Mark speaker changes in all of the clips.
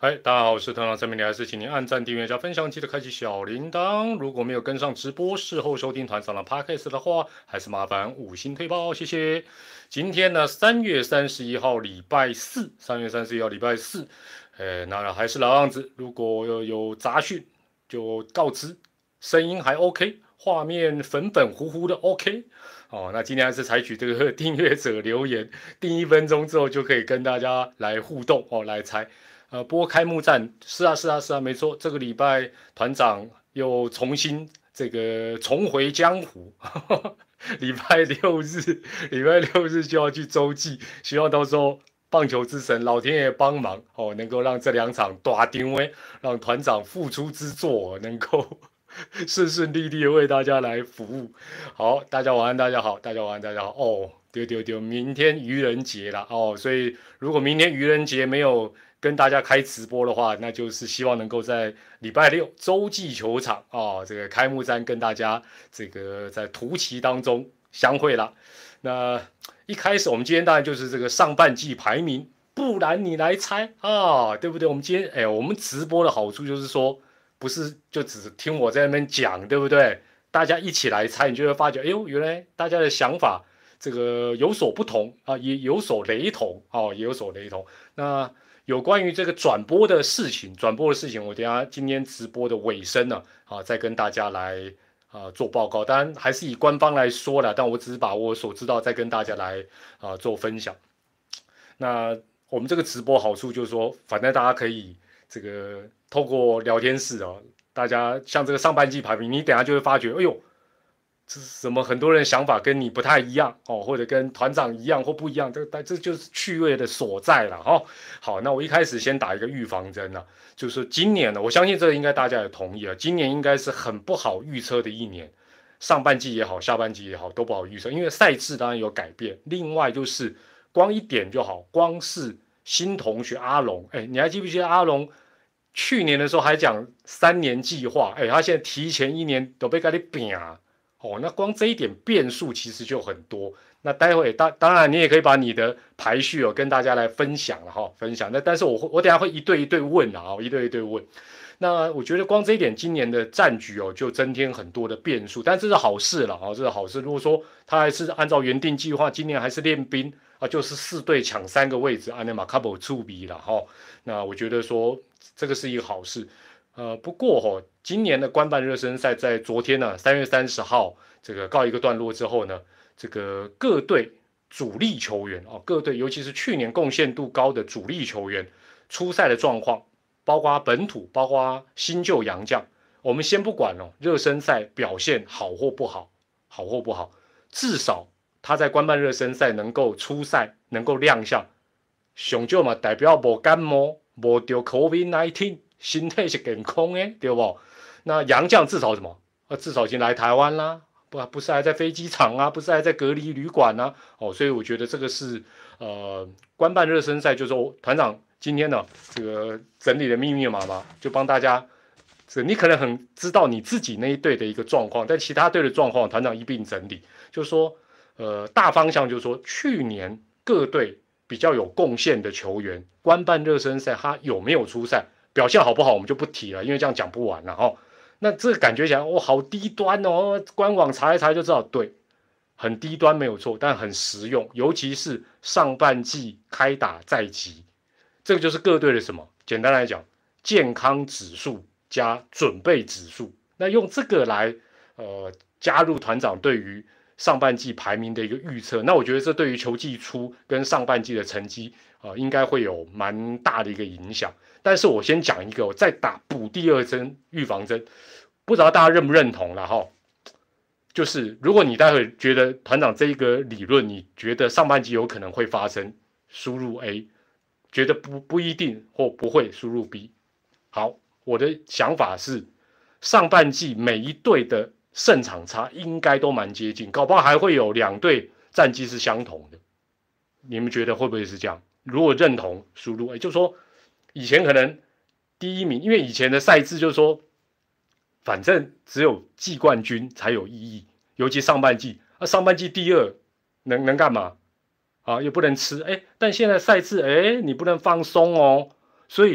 Speaker 1: 嗨，大家好，我是团长陈明礼，还是请您按赞、订阅加分享，记得开启小铃铛。如果没有跟上直播，事后收听团长的 podcast 的话，还是麻烦五星推报，谢谢。今天呢，3月31号礼拜四，3月31号礼拜四，那还是老样子，如果有杂讯就告知，声音还 OK，画面粉粉糊糊的 OK。哦，那今天还是采取这个订阅者留言，订1分钟之后就可以跟大家来互动哦，来猜。播开幕战是啊，没错，这个礼拜团长又重新重回江湖，礼拜六日，礼拜六日就要去洲际，希望到时候棒球之神老天爷帮忙哦，能够让这2场大定位，让团长付出之作能够顺顺利利的为大家来服务。好，大家晚安，大家好，大家晚安，大家好。哦，丢，明天愚人节了哦，所以如果明天愚人节没有跟大家开直播的话，那就是希望能够在礼拜六洲际球场这个开幕战跟大家在图奇当中相会了。那一开始我们今天当然就是这个上半季排名，不然你来猜啊，对不对？我们今天我们直播的好处就是说，不是就只听我在那边讲，对不对？大家一起来猜，你就会发觉，哎呦，原来大家的想法有所不同啊，也有所雷同哦，也有所雷同。那有关于这个转播的事情，我等下今天直播的尾声呢，再跟大家来做报告。当然还是以官方来说了，但我只是把我所知道再跟大家来做分享。那我们这个直播好处就是说，反正大家可以透过聊天室大家像这个上半季排名，你等下就会发觉，哎呦。这是什么？很多人想法跟你不太一样哦，或者跟团长一样或不一样，这就是趣味的所在了哈。好，那我一开始先打一个预防针了，就是今年呢，我相信这个应该大家也同意啊，今年应该是很不好预测的一年，上半季也好，下半季也好都不好预测，因为赛制当然有改变。另外就是光一点就好，光是新同学阿龙，你还记不记得阿龙？去年的时候还讲3年计划，他现在提前1年都被给你扁啊。哦，那光这一点变数其实就很多。那待会当然你也可以把你的排序跟大家来分享了哈，分享。但是我等下会一对一对问啊，一对一对问。那我觉得光这一点，今年的战局就增添很多的变数，但这是好事了这是好事。如果说他还是按照原定计划，今年还是练兵就是4队抢3个位置，安内马卡布出比了哈。那我觉得说这个是一个好事。不过今年的官办热身赛在昨天呢，3月30号告一个段落之后呢，各队主力球员各队尤其是去年贡献度高的主力球员出赛的状况，包括本土，包括新旧洋将，我们先不管热身赛表现好或不好，至少他在官办热身赛能够出赛，能够亮相，上少嘛代表无感冒，无得 COVID-19。心态是健康的，对不？那杨绛至少什么？至少已经来台湾啦，不是还在飞机场啊，不是还在隔离旅馆啊？所以我觉得这个是官办热身赛，就是说团长今天呢整理的密密麻麻，就帮大家。你可能很知道你自己那一队的一个状况，但其他队的状况，团长一并整理，就是说大方向就是说去年各队比较有贡献的球员，官办热身赛他有没有出赛？表现好不好我们就不提了，因为这样讲不完了那这个感觉起来好低端官网查一查就知道，对，很低端没有错，但很实用，尤其是上半季开打在即，这个就是各队的什么？简单来讲，健康指数加准备指数，那用这个来加入团长对于上半季排名的一个预测，那我觉得这对于球季初跟上半季的成绩应该会有蛮大的一个影响。但是我先讲一个，我再补第2针预防针，不知道大家认不认同了哈。就是如果你待会觉得团长这一个理论，你觉得上半季有可能会发生，输入 A， 觉得不一定或不会输入 B。好，我的想法是，上半季每一队的胜场差应该都蛮接近，搞不好还会有2队战绩是相同的。你们觉得会不会是这样？如果认同，输入 A， 就是说。以前可能第1名，因为以前的赛制就是说，反正只有季冠军才有意义，尤其上半季，上半季第2能干嘛？又不能吃，但现在赛制，你不能放松所以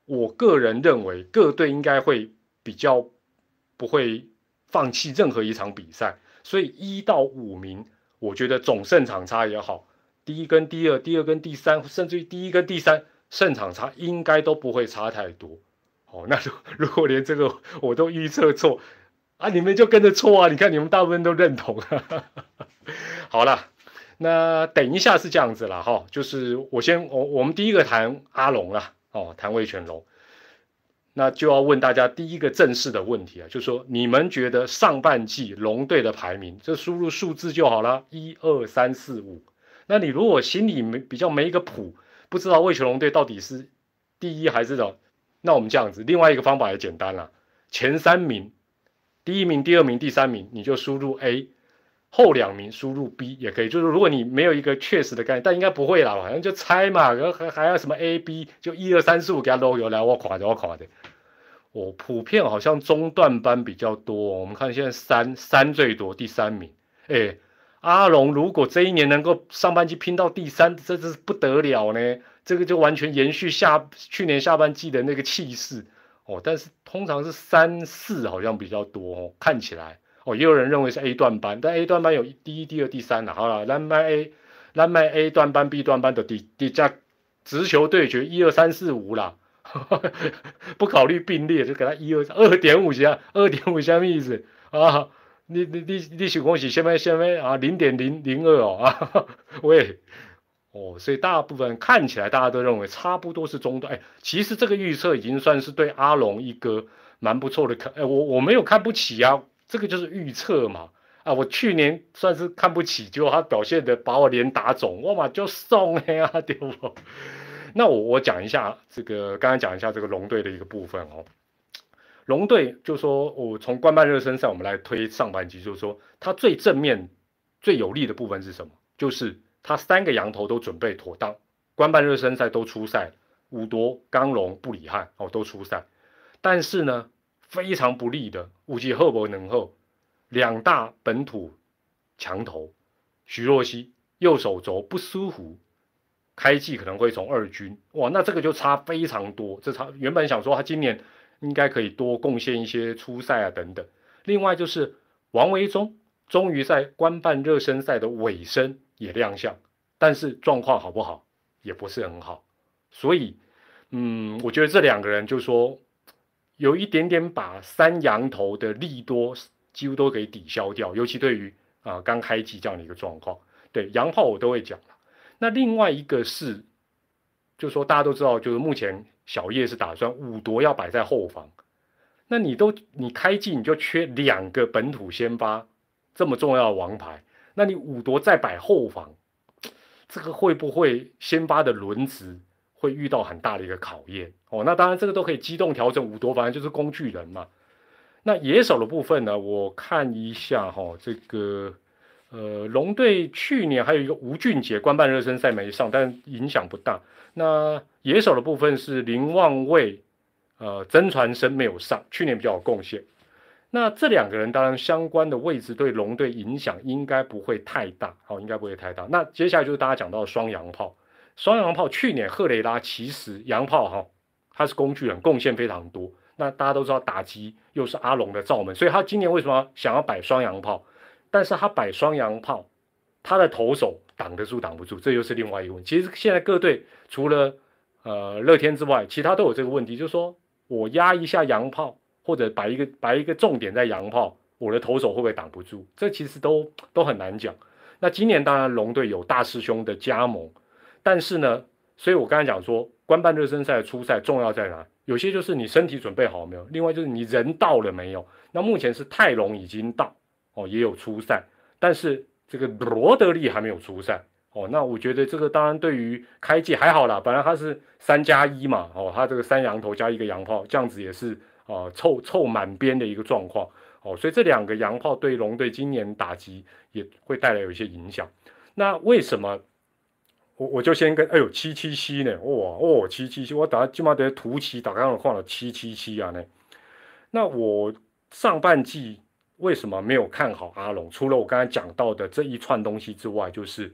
Speaker 1: 我个人认为各队应该会比较不会放弃任何一场比赛，所以1到5名，我觉得总胜场差也好，第一跟第二，第二跟第三，甚至于第一跟第三胜场差应该都不会差太多。哦，那如果连这个我都预测错啊，你们就跟着错啊！你看你们大部分都认同。好了，那等一下是这样子了哈，就是我们第一个谈阿龙啦，哦，谈魏全龙，那就要问大家第一个正式的问题啊，就是说你们觉得上半季龙队的排名，这输入数字就好了，1、2、3、4、5。那你如果心里比较没一个谱，不知道魏全龙队到底是第一还是的，那我们这样子，另外一个方法也简单了，前3名，第1名、第2名、第3名，你就输入 A。后2名输入 B 也可以，就是如果你没有一个确实的概念，但应该不会啦，反正就猜嘛，然后还要什么 A、B，就1、2、3、4、5给它都有来，我垮的，我垮的。我普遍好像中段班比较多，我们看现在三最多，第3名。哎，阿龙如果这一年能够上半季拼到第3，这是不得了呢。这个就完全延续去年下半季的那个气势哦。但是通常是3、4好像比较多哦，看起来。哦，也有人认为是 A 段班，但 A 段班有第一、第二、第三啦。好了，咱卖 A 段班、B 段班的底加直球对决1、2、3、4、5啦，不考虑并列就给他2.5下，2.5什么意思啊？你是讲是什么啊？0.002哦啊？喂哦，所以大部分看起来大家都认为差不多是中段。哎，其实这个预测已经算是对阿龙一个蛮不错的我没有看不起啊。这个就是预测嘛，啊，我去年算是看不起，结果他表现的把我脸打肿，我嘛就送了呀，对不？那我讲一下这个，刚才讲一下这个龙队的一个部分哦。龙队就说，我从官办热身赛我们来推上半季，就是说他最正面、最有利的部分是什么？就是他3个洋头都准备妥当，官办热身赛都出赛，武夺、刚龙、布里汉哦都出赛，但是呢。非常不利的，武吉赫伯能后2大本土强投，徐若曦右手肘不舒服，开季可能会从2军，哇，那这个就差非常多。原本想说他今年应该可以多贡献一些出赛啊等等。另外就是王维忠终于在官办热身赛的尾声也亮相，但是状况好不好也不是很好，所以我觉得这2个人就说。有一点点把3洋头的利多几乎都给抵消掉，尤其对于刚开季这样的一个状况，对洋炮我都会讲了。那另外一个是，就说大家都知道，就是目前小叶是打算武夺要摆在后防，那你开季你就缺2个本土先发这么重要的王牌，那你武夺再摆后防，这个会不会先发的轮值？会遇到很大的一个考验哦。那当然，这个都可以机动调整，武夺反正就是工具人嘛。那野手的部分呢，我看一下这个龙队去年还有一个吴俊杰官办热身赛没上，但影响不大。那野手的部分是林望卫、曾传生没有上，去年比较有贡献。那这2个人当然相关的位置对龙队影响应该不会太大，应该不会太大。那接下来就是大家讲到的双洋炮。双洋炮去年赫雷拉其实洋炮他是工具人，贡献非常多。那大家都知道打击又是阿龙的罩门，所以他今年为什么想要摆双洋炮？但是他摆双洋炮，他的投手挡得住挡不住，这又是另外一个问题。其实现在各队除了乐天之外，其他都有这个问题，就是说我压一下洋炮，或者摆一个重点在洋炮，我的投手会不会挡不住？这其实都很难讲。那今年当然龙队有大师兄的加盟。但是呢，所以我刚才讲说，官办热身赛的出赛重要在哪？有些就是你身体准备好没有，另外就是你人到了没有。那目前是泰隆已经到也有出赛，但是这个罗德利还没有出赛那我觉得这个当然对于开季还好啦，本来他是3+1嘛他这个3洋头加1个洋炮，这样子也是凑满边的一个状况所以这2个洋炮对龙队今年打击也会带来有一些影响。那为什么？我就先跟777呢，777，我打今嘛的图奇打刚刚看了777啊呢。那我上半季为什么没有看好阿龙？除了我刚才讲到的这一串东西之外，就是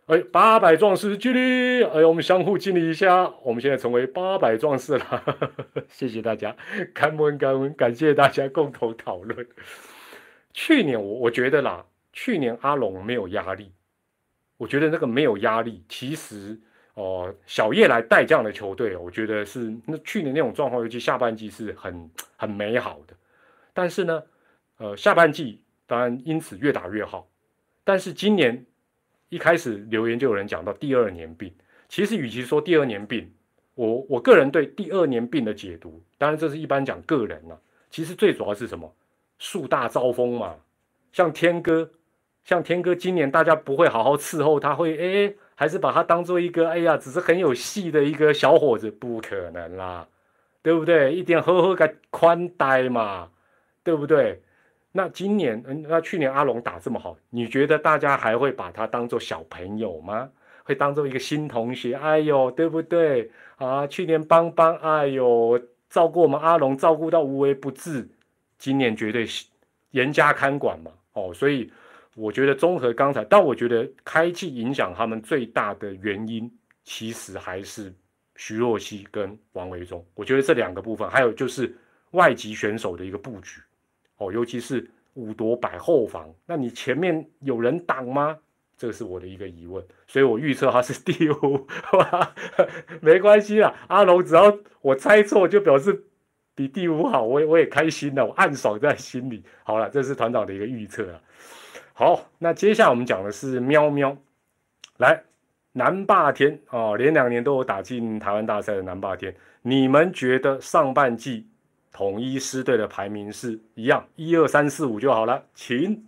Speaker 1: 800壮士敬礼！我们相互敬礼一下，我们现在成为800壮士了，谢谢大家，感恩感恩，感谢大家共同讨论。去年我觉得啦，去年阿龙没有压力，我觉得那个没有压力，其实小叶来带这样的球队，我觉得是那去年那种状况，尤其下半季是很美好的。但是呢，下半季当然因此越打越好，但是今年一开始留言就有人讲到第二年病，其实与其说第二年病，我个人对第二年病的解读，当然这是一般讲个人啦，其实最主要是什么？树大招风嘛，像天哥今年大家不会好好伺候他，会还是把他当做一个只是很有戏的一个小伙子，不可能啦，对不对？一点呵呵个宽待嘛，对不对？那今年，那去年阿龙打这么好，你觉得大家还会把他当做小朋友吗？会当做一个新同学？哎呦，对不对？啊，去年邦邦，哎呦，照顾我们阿龙，照顾到无微不至，今年绝对严加看管嘛。所以我觉得综合刚才，但我觉得开季影响他们最大的原因，其实还是徐若曦跟王维忠。我觉得这两个部分，还有就是外籍选手的一个布局。尤其是五夺摆后防，那你前面有人挡吗？这是我的一个疑问，所以我预测他是第5，没关系啦，阿龙只要我猜错，就表示比第5好，我也开心了，我暗爽在心里。好了，这是团长的一个预测了。好，那接下来我们讲的是喵喵，来南霸天连2年都有打进台湾大赛的南霸天，你们觉得上半季统一狮队的排名是一样，1、2、3、4、5就好了，请。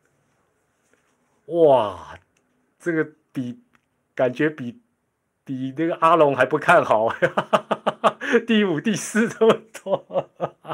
Speaker 1: 哇，这个感觉比那个阿龙还不看好，第5、第4这么多，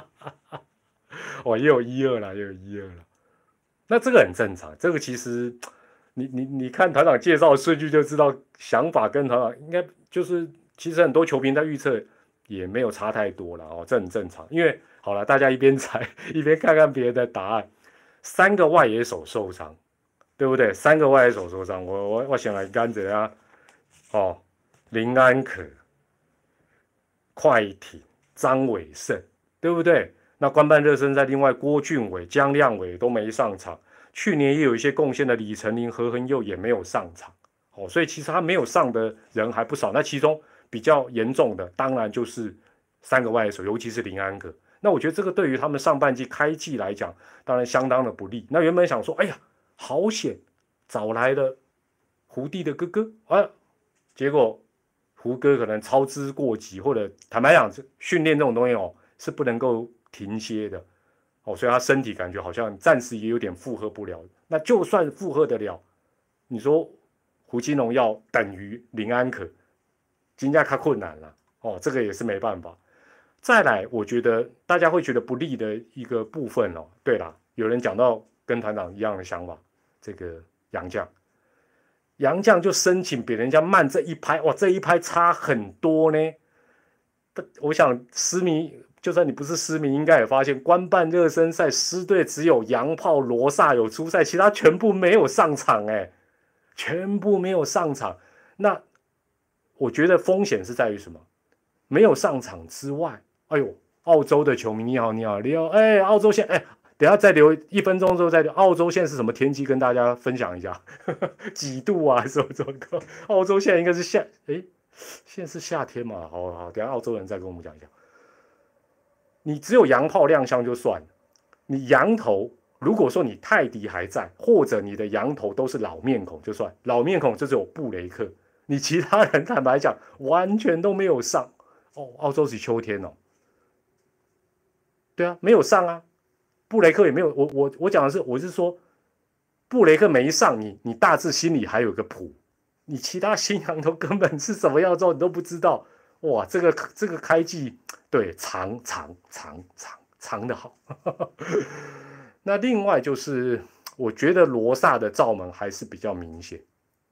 Speaker 1: 也有1、2了，也有1、2了。那这个很正常，这个其实你看团长介绍的顺序就知道，想法跟团长应该就是，其实很多球评在预测也没有差太多了这很正常。因为好了，大家一边猜一边看看别人的答案，3个外野手受伤，对不对？3个外野手受伤，我想来干怎样？林安可、快艇、张伟胜，对不对？那官办热身赛，另外郭俊伟、江亮伟都没上场，去年也有一些贡献的李成林、何恒佑也没有上场，所以其实他没有上的人还不少。那其中比较严重的，当然就是3个外野手，尤其是林安可。那我觉得这个对于他们上半季开季来讲，当然相当的不利。那原本想说，哎呀，好险，找来了胡弟的哥哥，结果胡歌可能操之过急，或者坦白讲，训练这种东西是不能够停歇的，所以他身体感觉好像暂时也有点负荷不了。那就算负荷得了，你说胡金龙要等于林安可，真的太困难了这个也是没办法。再来，我觉得大家会觉得不利的一个部分对啦，有人讲到跟团长一样的想法，这个杨绛就申请比人家慢这一拍，这一拍差很多呢。我想狮迷，就算你不是狮迷，应该也发现官办热身赛狮队只有洋炮罗萨有出赛，其他全部没有上场，全部没有上场。那我觉得风险是在于什么？没有上场之外，澳洲的球迷你好，澳洲现等一下再留1分钟之后再留。澳洲现在是什么天气？跟大家分享一下，几度啊？什么？澳洲现在应该是现在是夏天嘛？好，等一下澳洲人再跟我们讲一下。你只有洋炮亮相就算了，你洋头如果说你泰迪还在，或者你的洋头都是老面孔就算，老面孔就只有布雷克，你其他人坦白讲完全都没有上澳洲是秋天对啊，没有上啊。布雷克也没有，我讲的是，我是说，布雷克没上，你大致心里还有个谱，你其他新洋头根本是什么样做你都不知道。哇，这个开季对长的好。那另外就是，我觉得罗萨的罩门还是比较明显，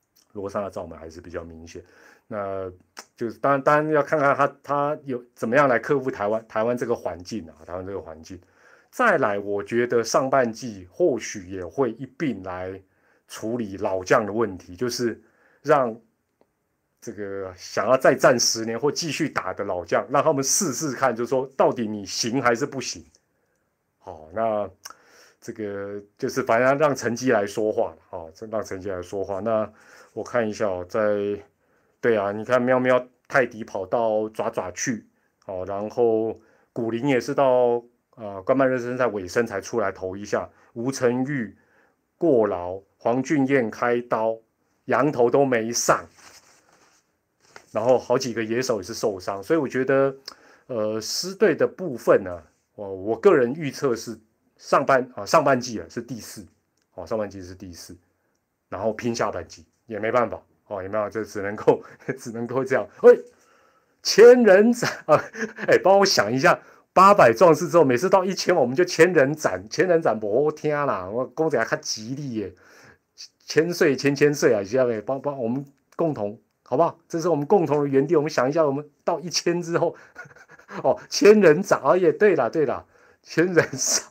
Speaker 1: 那就是当然要看看他有怎么样来克服台湾这个环境啊，再来，我觉得上半季或许也会一并来处理老将的问题，就是让这个想要再战10年或继续打的老将，让他们试试看，就是说到底你行还是不行。好，那这个就是反正让成绩来说话，好，让成绩来说话。那我看一下哦，对啊，你看喵喵泰迪跑到爪去，好，然后古林也是到官办热身赛尾声才出来投一下，吴承玉过劳，黄俊彦开刀，羊头都没上。然后好几个野手也是受伤，所以我觉得，狮队的部分呢，我个人预测是上半季是第4，上半季是第4，然后拼下半季也没办法，也没办法，这只能够这样。喂，千人斩啊，帮我想一下，800壮士之后，每次到1000我们就千人斩不听啦，我公仔还较吉利耶，千岁啊，下面帮我们共同。好不好？这是我们共同的原地。我们想一下，我们到1000之后，千人斩。也对了，千人斩。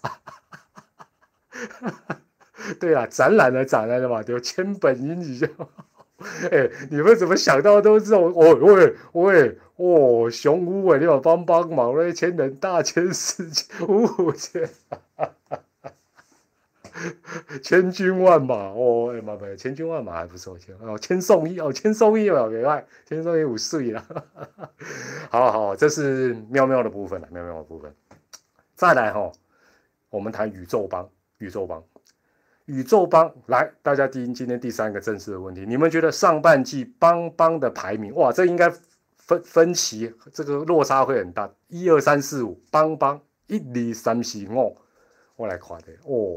Speaker 1: 对了，展览了嘛，对，千本樱你就，你们怎么想到都是这种？熊武伟，你有帮忙，那千人大千世界5000。千军万马千军万马还不错，千送一千送一没坏，千送一5岁了。好，这是喵喵的部分了，喵喵的部分。再来我们谈宇宙帮来，大家今天第3个正式的问题，你们觉得上半季帮的排名，哇，这应该分歧，这个落差会很大，1、2、3、4、5，帮1、2、3、4、5，我来看的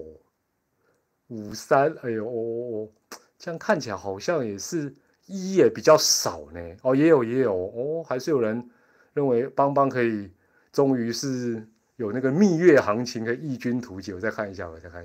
Speaker 1: 53，哎呦，这样看起来好像也是1也比较少呢。也有还是有人认为帮可以，终于是有那个蜜月行情可以异军突起。我再看一下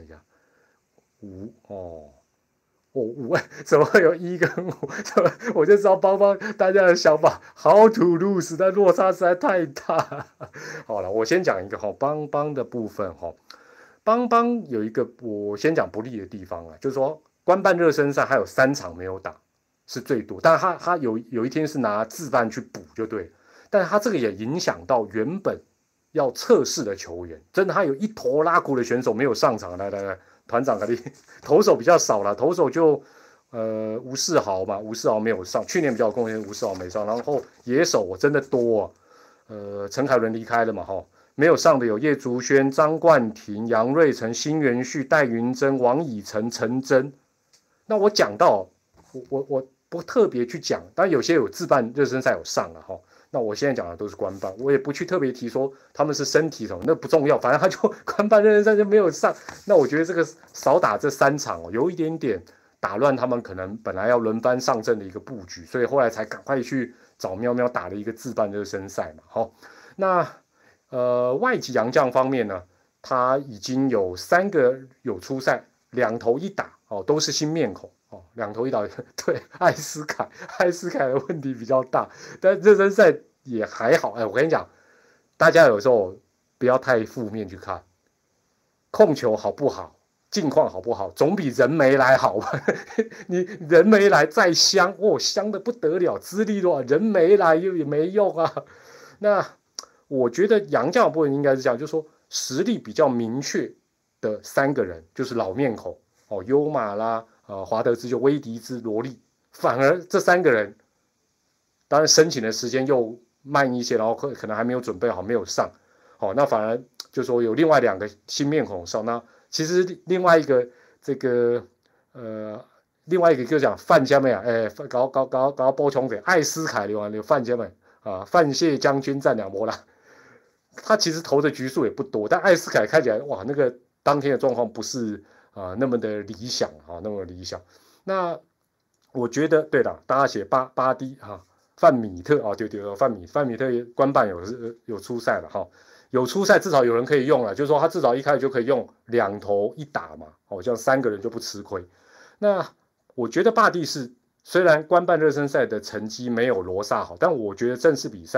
Speaker 1: ，55，怎么会有1跟5？我就知道帮大家的想法how to lose，但落差实在太大。好了，我先讲一个帮的部分帮有一个我先讲不利的地方就是说官办热身赛还有3场没有打是最多，但他有一天是拿自办去补就对了，但是他这个也影响到原本要测试的球员，真的他有一头拉苦的选手没有上场。来，团长给你，投手比较少了，投手就吴世豪没有上，去年比较贡献，吴世豪没上，然后野手我真的多陈凯伦离开了嘛没有上的有叶竹轩、张冠廷、杨瑞成、辛元旭、戴云珍、王以诚、陈真。那我讲到，我不特别去讲，当然有些有自办热身赛有上了那我现在讲的都是官办，我也不去特别提说他们是身体什么，那不重要，反正他就官办热身赛就没有上。那我觉得这个少打这3场有一点点打乱他们可能本来要轮番上阵的一个布局，所以后来才赶快去找喵喵打了一个自办热身赛嘛。那外籍洋将方面呢，他已经有3个有出赛，2投1打都是新面孔2投1打。对，艾斯凯的问题比较大，但热身赛也还好。我跟你讲，大家有时候不要太负面去看，控球好不好，近况好不好，总比人没来好吧？你人没来再香香的不得了，资历多，人没来又也没用啊。那我觉得洋将部分应该是这样，就是说实力比较明确的3个人，就是老面孔优马啦，华德兹就威迪兹、罗利，反而这3个人，当然申请的时间又慢一些，然后可能还没有准备好，没有上。那反而就说有另外2个新面孔上。那其实另外一个就讲范家妹搞波冲者艾斯凯流范家妹范谢将军占2波啦。他其实投的局数也不多，但艾斯凯看起来哇，那个当天的状况不是那么的理想那么理想。那我觉得对了，大家写巴迪范米特对，范米特官办有出赛了有出赛至少有人可以用了，就是说他至少一开始就可以用2投1打嘛这样3个人就不吃亏。那我觉得巴蒂是虽然官办热身赛的成绩没有罗萨好，但我觉得正式比赛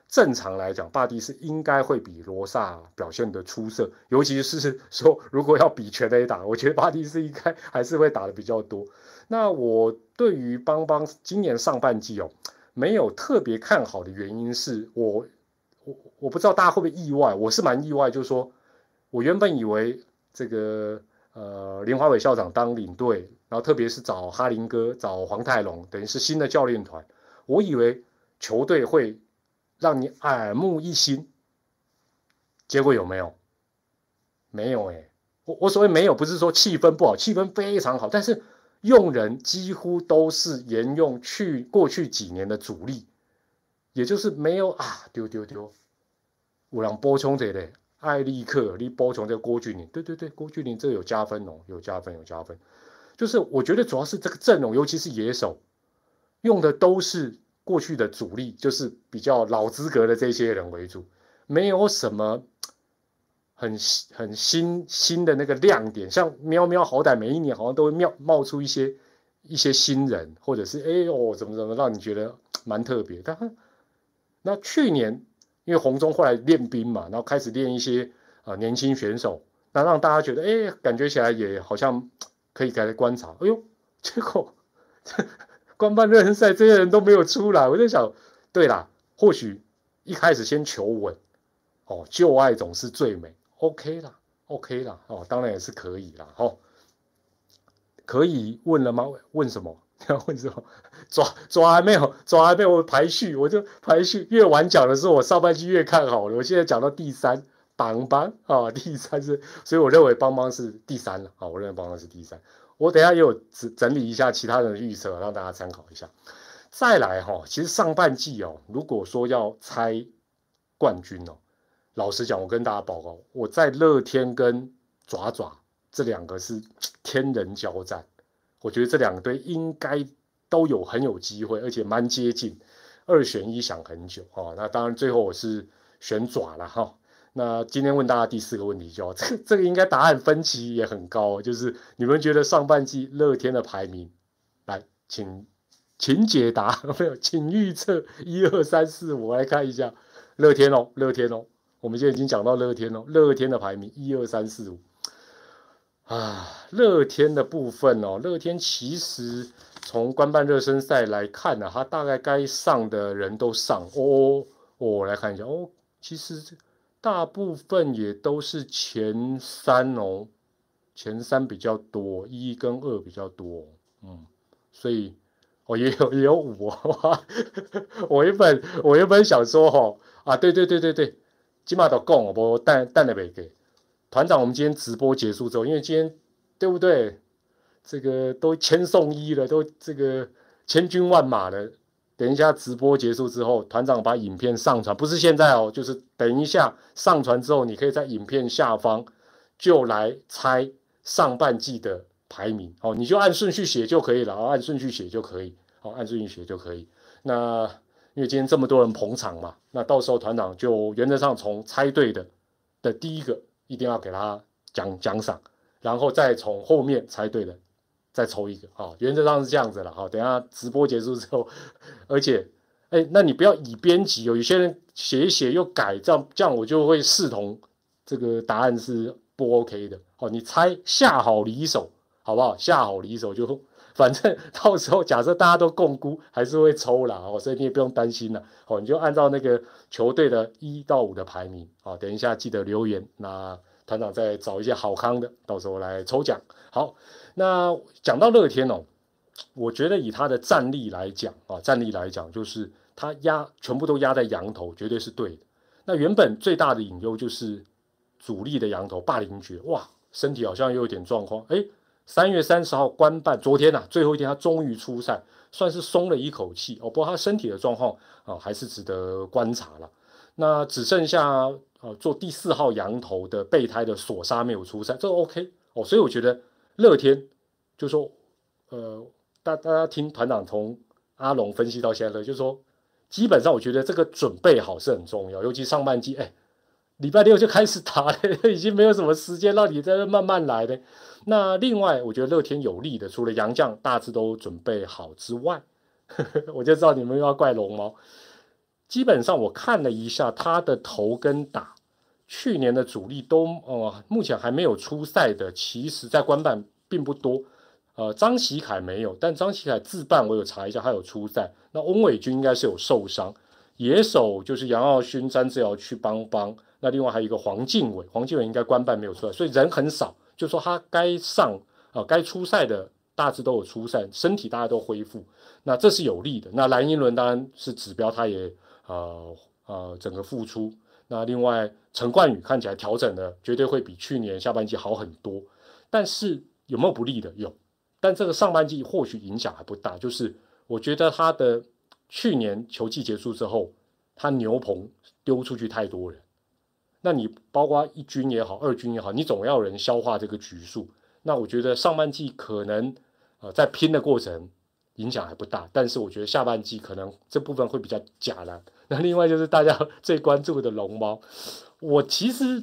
Speaker 1: 正常来讲，巴蒂斯应该会比罗萨表现的出色，尤其是说如果要比全垒打，我觉得巴蒂斯应该还是会打的比较多。那我对于邦邦今年上半季没有特别看好的原因是我不知道大家会不会意外，我是蛮意外，就是说我原本以为这个林华伟校长当领队，然后特别是找哈林哥、找黄泰龙，等于是新的教练团，我以为球队会让你耳目一新，结果有没有？没有我所谓没有，不是说气氛不好，气氛非常好，但是用人几乎都是沿用过去几年的主力，也就是没有丢，有人补充这类艾利克，你补充这个郭俊麟，对，郭俊麟这个有加分有加分。就是我觉得主要是这个阵容，尤其是野手，用的都是过去的主力，就是比较老资格的这些人为主，没有什么很新的那个亮点。像喵喵，好歹每一年好像都会冒出一些新人，或者是怎么让你觉得蛮特别。但那去年因为红中后来练兵嘛，然后开始练一些年轻选手，那让大家觉得感觉起来也好像可以来观察。结果官办热身赛这些人都没有出来，我就想，对啦，或许一开始先求稳，旧爱总是最美 ，OK 啦，当然也是可以啦，可以问了吗？问什么？要问什么？抓还没有我排序，我就排序越晚讲的时候，我上半季越看好了。我现在讲到第3，邦第3是，所以我认为邦邦是第3了我认为邦邦是第3。我等一下也有整理一下其他人的预测，让大家参考一下。再来其实上半季如果说要猜冠军老实讲，我跟大家报告，我在乐天跟爪爪这2个是天人交战。我觉得这2个队应该都很有机会，而且蛮接近，2选1想很久那当然最后我是选爪了那今天问大家第4个问题这个应该答案分歧也很高，就是你们觉得上半季乐天的排名，来请解答，没有，请预测1、2、3、4，我来看一下乐天我们现在已经讲到乐天乐天的排名1、2、3、4、5。乐天的部分乐天其实从官办热身赛来看他大概该上的人都上我来看一下其实大部分也都是前3前3比较多，1跟2比较多所以也有5我原本想说对，今嘛都讲我等了没给。团长，我们今天直播结束之后，因为今天对不对？这个都千送一了，都这个千军万马了。等一下直播结束之后，团长把影片上传，不是现在就是等一下上传之后，你可以在影片下方就来猜上半季的排名你就按顺序写就可以了按顺序写就可以按顺序写就可以。那因为今天这么多人捧场嘛，那到时候团长就原则上从猜对的第一个。一定要给他奖赏，然后再从后面猜对的再抽一个原则上是这样子了等一下直播结束之后，而且那你不要以编辑有些人写一写又改，这样我就会视同这个答案是不 OK 的你猜下好离手好不好？下好离手就反正到时候假设大家都共估还是会抽啦所以你也不用担心了你就按照那个球队的1到5的排名等一下记得留言，那团长再找一些好康的，到时候来抽奖。好，那讲到乐天我觉得以他的战力来讲就是他全部都压在洋头，绝对是对的。那原本最大的隐忧就是主力的洋头霸凌爵，身体好像又有点状况，3月30号官办，昨天最后一天他终于出赛，算是松了一口气不过他身体的状况还是值得观察了。那只剩下做第4号洋头的备胎的索沙没有出赛，这个 OK 所以我觉得乐天就说大家听团长从阿龙分析到现在就是说基本上我觉得这个准备好是很重要，尤其上半季礼拜6就开始打了，已经没有什么时间让你在这慢慢来的。那另外我觉得乐天有利的，除了洋将大致都准备好之外，我就知道你们又要怪龙猫。 基本上我看了一下他的投跟打，去年的主力都目前还没有出赛的，其实在官办并不多。张喜凯没有，但张喜凯自办我有查一下，他有出赛。那翁伟军应该是有受伤，野手就是杨傲勋、詹志尧去帮帮。那另外还有一个黄敬伟，黄敬伟应该官办没有出来，所以人很少。就说他该上该出赛的大致都有出赛，身体大家都恢复，那这是有利的。那蓝英伦当然是指标，他也整个复出。那另外陈冠宇看起来调整的绝对会比去年下半季好很多，但是有没有不利的？有，但这个上半季或许影响还不大。就是我觉得他的去年球季结束之后，他牛棚丢出去太多人，那你包括一军也好，二军也好，你总要有人消化这个局数。那我觉得上半季可能在拼的过程影响还不大，但是我觉得下半季可能这部分会比较假然。那另外就是大家最关注的龙猫，我其实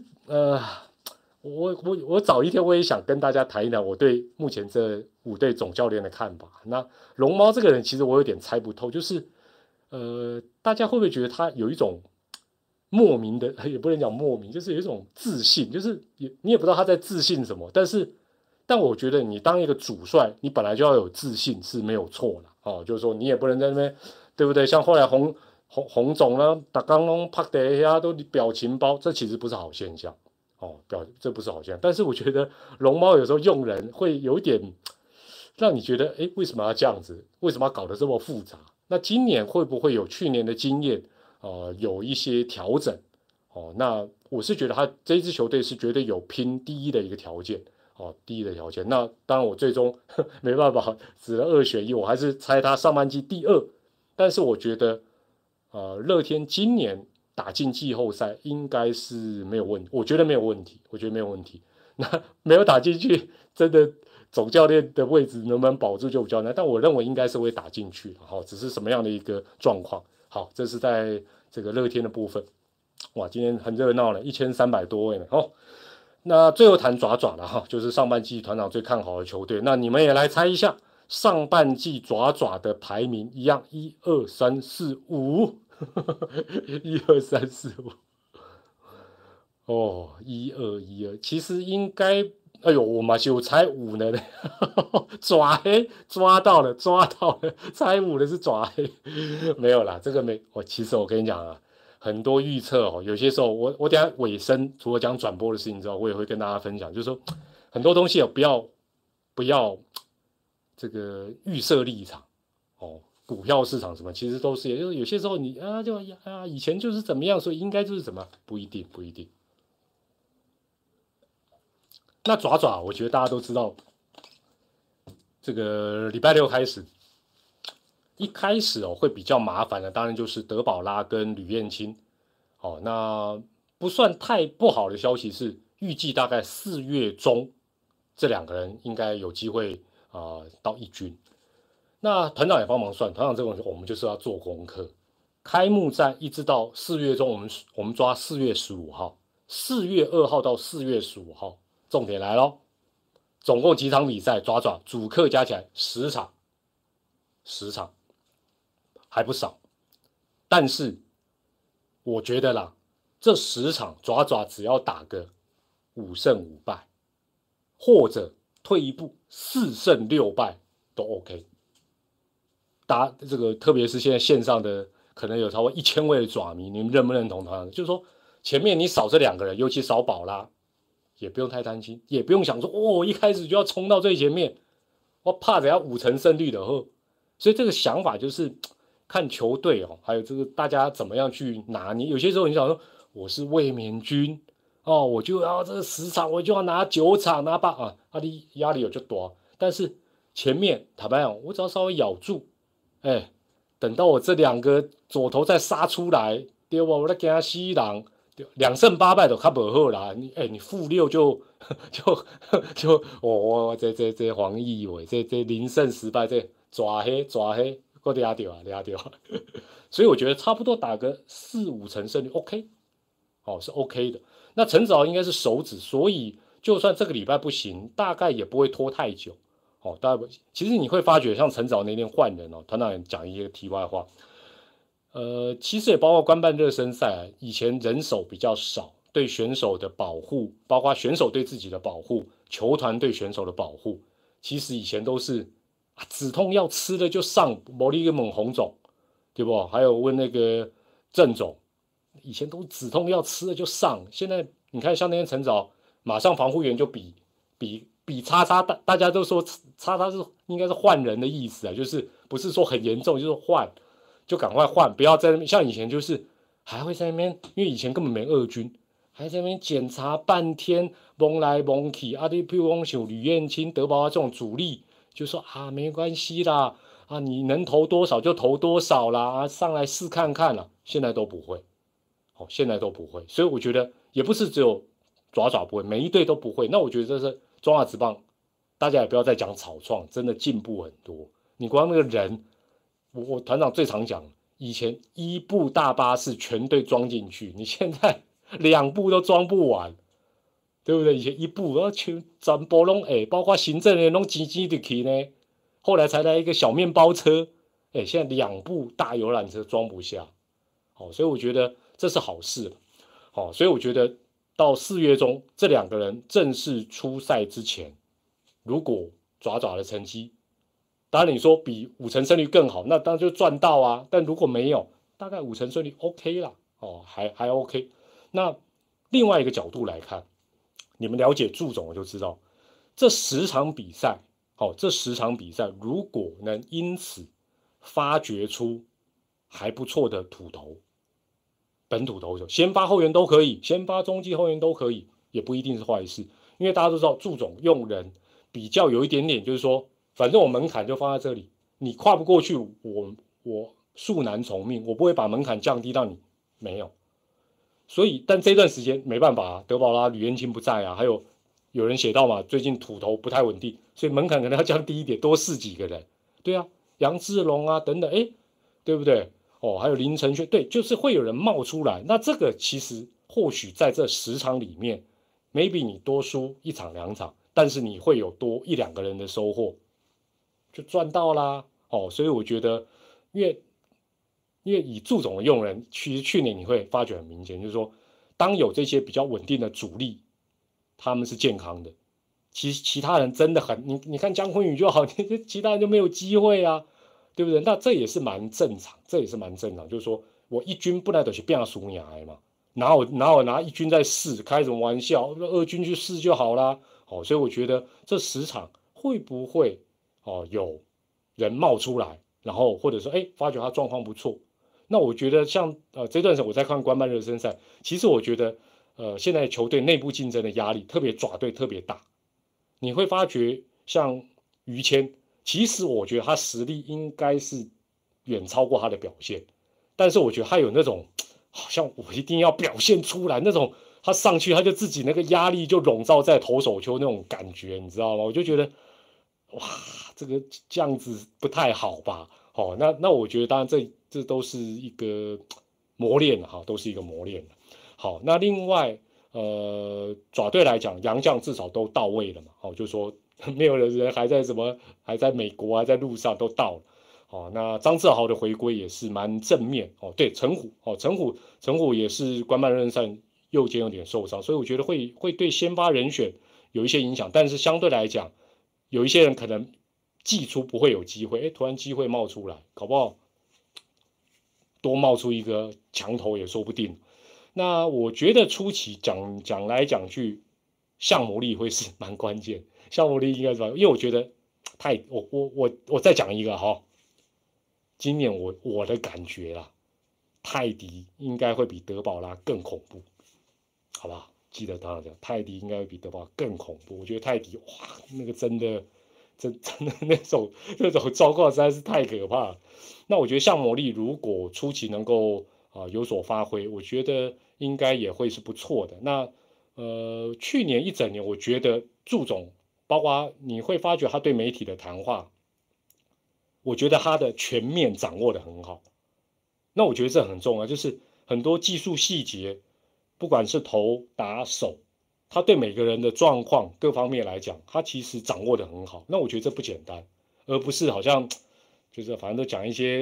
Speaker 1: 我早一天我也想跟大家谈一谈我对目前这5队总教练的看法。那龙猫这个人其实我有点猜不透，就是大家会不会觉得他有一种莫名的，也不能讲莫名，就是有一种自信，就是你也不知道他在自信什么，但我觉得你当一个主帅，你本来就要有自信是没有错的哦，就是说你也不能在那边，对不对？像后来洪总呢，打刚刚拍的呀都表情包，这其实不是好现象哦，这不是好现象。但是我觉得龙猫有时候用人会有点让你觉得，哎，为什么要这样子？为什么要搞得这么复杂？那今年会不会有去年的经验？有一些调整哦。那我是觉得他这支球队是绝对有拼第一的一个条件哦，第一的条件。那当然我最终没办法，只能2选1，我还是猜他上半季第2。但是我觉得乐天今年打进季后赛应该是没有问题，我觉得没有问题，我觉得没有问题。那没有打进去，真的总教练的位置能不能保住就比较难，但我认为应该是会打进去，好，只是什么样的一个状况。好，这是在这个乐天的部分。哇，今天很热闹了，1300多位呢。哦，那最后谈爪爪了哈，就是上半季团长最看好的球队。那你们也来猜一下，上半季爪爪的排名一样，1、2、3、4、5，1、2、3、4、5。哦，1、2、1、2，其实应该，哎呦，我嘛就猜5呢，爪黑抓到了，猜5的是爪黑，没有啦，这个没，其实我跟你讲啊，很多预测哦，有些时候我等下尾声除了讲转播的事情之外，我也会跟大家分享，就是说很多东西不要这个预设立场哦，股票市场什么其实都是，有些时候你以前就是怎么样，所以应该就是怎么，不一定。那爪爪，我觉得大家都知道，这个礼拜6开始，一开始会比较麻烦的，当然就是德保拉跟吕彦青。哦，那不算太不好的消息是，预计大概4月中，这2个人应该有机会到一军。那团长也帮忙算，团长这个我们就是要做功课。开幕战一直到4月中，我们抓4月15号，4月2号到4月15号。重点来咯，总共几场比赛？爪爪主客加起来10场还不少。但是我觉得啦，这10场爪爪只要打个5胜5败，或者退一步4胜6败都 OK。这个特别是现在线上的可能有超过1000位的爪迷，你们认不认同他？就是说前面你少这2个人，尤其少保拉，也不用太担心，也不用想说一开始就要冲到最前面，我怕着要5成胜率的哦。所以这个想法就是看球队还有这个大家怎么样去拿捏。有些时候你想说我是卫冕军我就要这10场我就要拿9场拿8你压力有就多。但是前面坦白讲，我只要稍微咬住，等到我这2个左投再杀出来，对吧？我在给他吸人。2胜8败都较不好啦，你负6就这黄奕伟这0胜10败这抓黑，我抓到，所以我觉得差不多打个4、5成胜率 OK， 是 OK 的。那陈子豪应该是首指，所以就算这个礼拜不行，大概也不会拖太久大概其实你会发觉，像陈子豪那天换人团长也讲一些题外话。 其实也包括官办热身赛以前人手比较少，对选手的保护，包括选手对自己的保护，球团对选手的保护，其实以前都是止痛药吃了就上，某一个猛红肿，对不？还有问那个郑总，以前都止痛药吃了就上，现在你看像那天陈早，马上防护员就比叉叉，大家都说叉叉是应该是换人的意思啊，就是不是说很严重，就是换。就赶快换，不要在那边像以前就是还会在那边，因为以前根本没二军，还在那边检查半天，蒙来蒙去啊！你譬如说像吕彦青、德保啊这种主力，就说没关系啦，你能投多少就投多少啦，上来试看看啦。现在都不会，现在都不会，所以我觉得也不是只有爪不会，每一队都不会。那我觉得这是中华职棒，大家也不要再讲草创，真的进步很多。你光那个人。我团长最常讲，以前一部大巴士全队装进去，你现在2部都装不完，对不对？以前一部全部拢包括行政人员拢挤挤的去呢，后来才来一个小面包车，现在2部大游览车装不下，所以我觉得这是好事，所以我觉得到4月中这2个人正式出赛之前，如果爪的成绩。当然你说比5成胜率更好，那当然就赚到啊。但如果没有，大概5成胜率 OK 啦，还 OK。那另外一个角度来看，你们了解祝总，我就知道这10场比赛，这10场比赛如果能因此发掘出还不错的土投，本土投手，先发后援都可以，先发中继后援都可以，也不一定是坏事，因为大家都知道祝总用人比较有一点点，就是说。反正我门槛就放在这里，你跨不过去，我恕难从命，我不会把门槛降低到你没有。所以，但这段时间没办法啊，德保拉、吕彦青不在啊，还有人写到嘛，最近土投不太稳定，所以门槛可能要降低一点，多试几个人。对啊，杨志龙啊等等，对不对？还有林承轩，对，就是会有人冒出来。那这个其实或许在这10场里面 ，maybe 你多输1场2场，但是你会有多1、2个人的收获。就赚到啦，所以我觉得，因为以祝总的用人，其实去年你会发觉很明显，就是说，当有这些比较稳定的主力，他们是健康的，其他人真的很，你看江坤宇就好，其他人就没有机会啊，对不对？那这也是蛮正常，就是说我一军不来都是变输赢嘛，哪有拿一军在试，开什么玩笑？二军去试就好啦，所以我觉得这10场会不会？有人冒出来，然后或者说发觉他状况不错，那我觉得像这段时间我在看官办热身赛，其实我觉得现在球队内部竞争的压力特别爪队特别大，你会发觉像于谦，其实我觉得他实力应该是远超过他的表现，但是我觉得他有那种好像我一定要表现出来那种，他上去他就自己那个压力就笼罩在投手丘那种感觉，你知道吗？我就觉得。哇，这个这样子不太好吧？那我觉得当然这都是一个磨练哈，都是一个磨练。好，那另外爪队来讲，洋将至少都到位了嘛，就说没有人还在还在美国还在路上都到了。那张志豪的回归也是蛮正面对，陈虎也是官办热身赛右肩有点受伤，所以我觉得会对先发人选有一些影响，但是相对来讲。有一些人可能季初不会有机会，突然机会冒出来，搞不好多冒出一个墙头也说不定。那我觉得初期讲来讲去，项目力会是蛮关键，项目力应该是吧？因为我觉得我再讲一个哈，今年我的感觉啦，泰迪应该会比德保拉更恐怖，好吧？记得当然讲，泰迪应该会比德保更恐怖。我觉得泰迪哇，那个真的那种状况实在是太可怕了。那我觉得像魔力如果初期能够有所发挥，我觉得应该也会是不错的。那去年一整年，我觉得祝总，包括你会发觉他对媒体的谈话，我觉得他的全面掌握的很好。那我觉得这很重要，就是很多技术细节。不管是投打手，他对每个人的状况各方面来讲，他其实掌握的很好。那我觉得这不简单，而不是好像就是反正都讲一些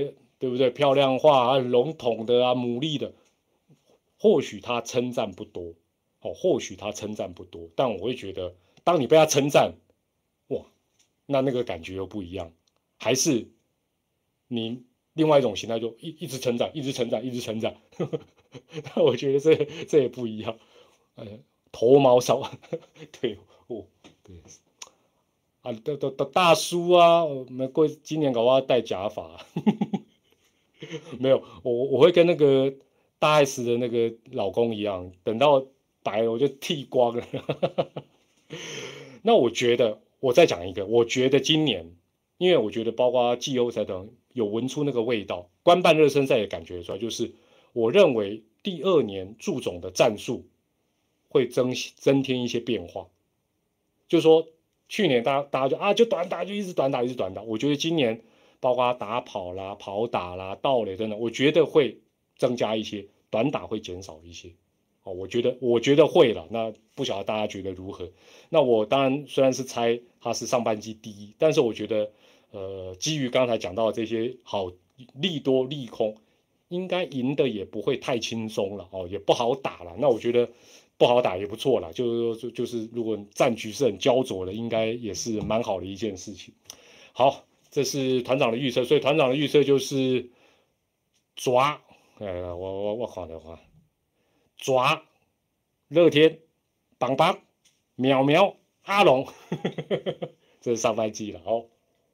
Speaker 1: 对不对？漂亮话啊，笼统的啊，牡蛎的，或许他称赞不多，或许他称赞不多，但我会觉得，当你被他称赞，哇，那个感觉又不一样，还是你另外一种形态，就一直称赞，一直称赞，一直称赞，那我觉得这也不一样，头毛少，对，对。啊，的大叔啊，今年搞不好戴假发，没有，我会跟那个大 S 的那个老公一样，等到白了我就剃光了。那我觉得我再讲一个，我觉得今年，因为我觉得包括季后赛等有闻出那个味道，官办热身赛也感觉出来，就是我认为第二年祝总的战术会增添一些变化，就是说去年大家就短打就一直短打一直短打，我觉得今年包括打跑啦、跑打啦、盗垒等等，我觉得会增加一些，短打会减少一些。我觉得会了，那不晓得大家觉得如何？那我当然虽然是猜他是上半季第一，但是我觉得，基于刚才讲到的这些好利多利空，应该赢的也不会太轻松了哦，也不好打了。那我觉得不好打也不错啦，就是如果战局是很焦灼的，应该也是蛮好的一件事情。好，这是团长的预测，所以团长的预测就是抓，我看的话。抓乐天、邦邦、苗苗、阿龙，这是上半季了哦。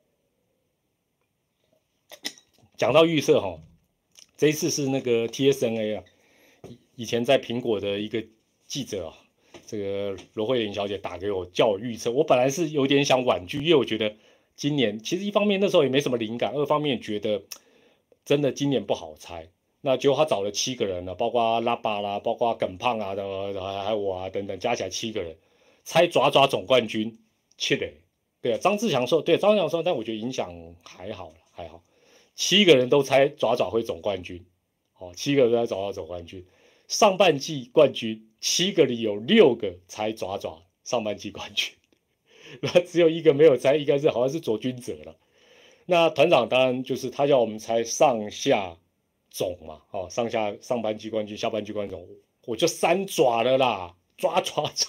Speaker 1: 讲到预测哈，这一次是那个 TSNA 啊，以前在苹果的一个记者啊，这个罗慧玲小姐打给我，叫我预测。我本来是有点想婉拒，因为我觉得今年其实一方面那时候也没什么灵感，二方面觉得真的今年不好猜。那结果他找了7个人了，包括拉巴啦，包括耿胖啊的，还有我啊等等，加起来7个人，猜爪爪总冠军，7的，对啊，张志强说，对张志强说，但我觉得影响还好还好，7个人都猜爪爪会总冠军，7个人都猜爪爪总冠军，上半季冠军7个里有6个猜爪爪上半季冠军，那只有1个没有猜，应该是好像是左军哲了。那团长当然就是他叫我们猜上下总嘛，上半季冠军，下半季冠军，我就3爪了啦，抓。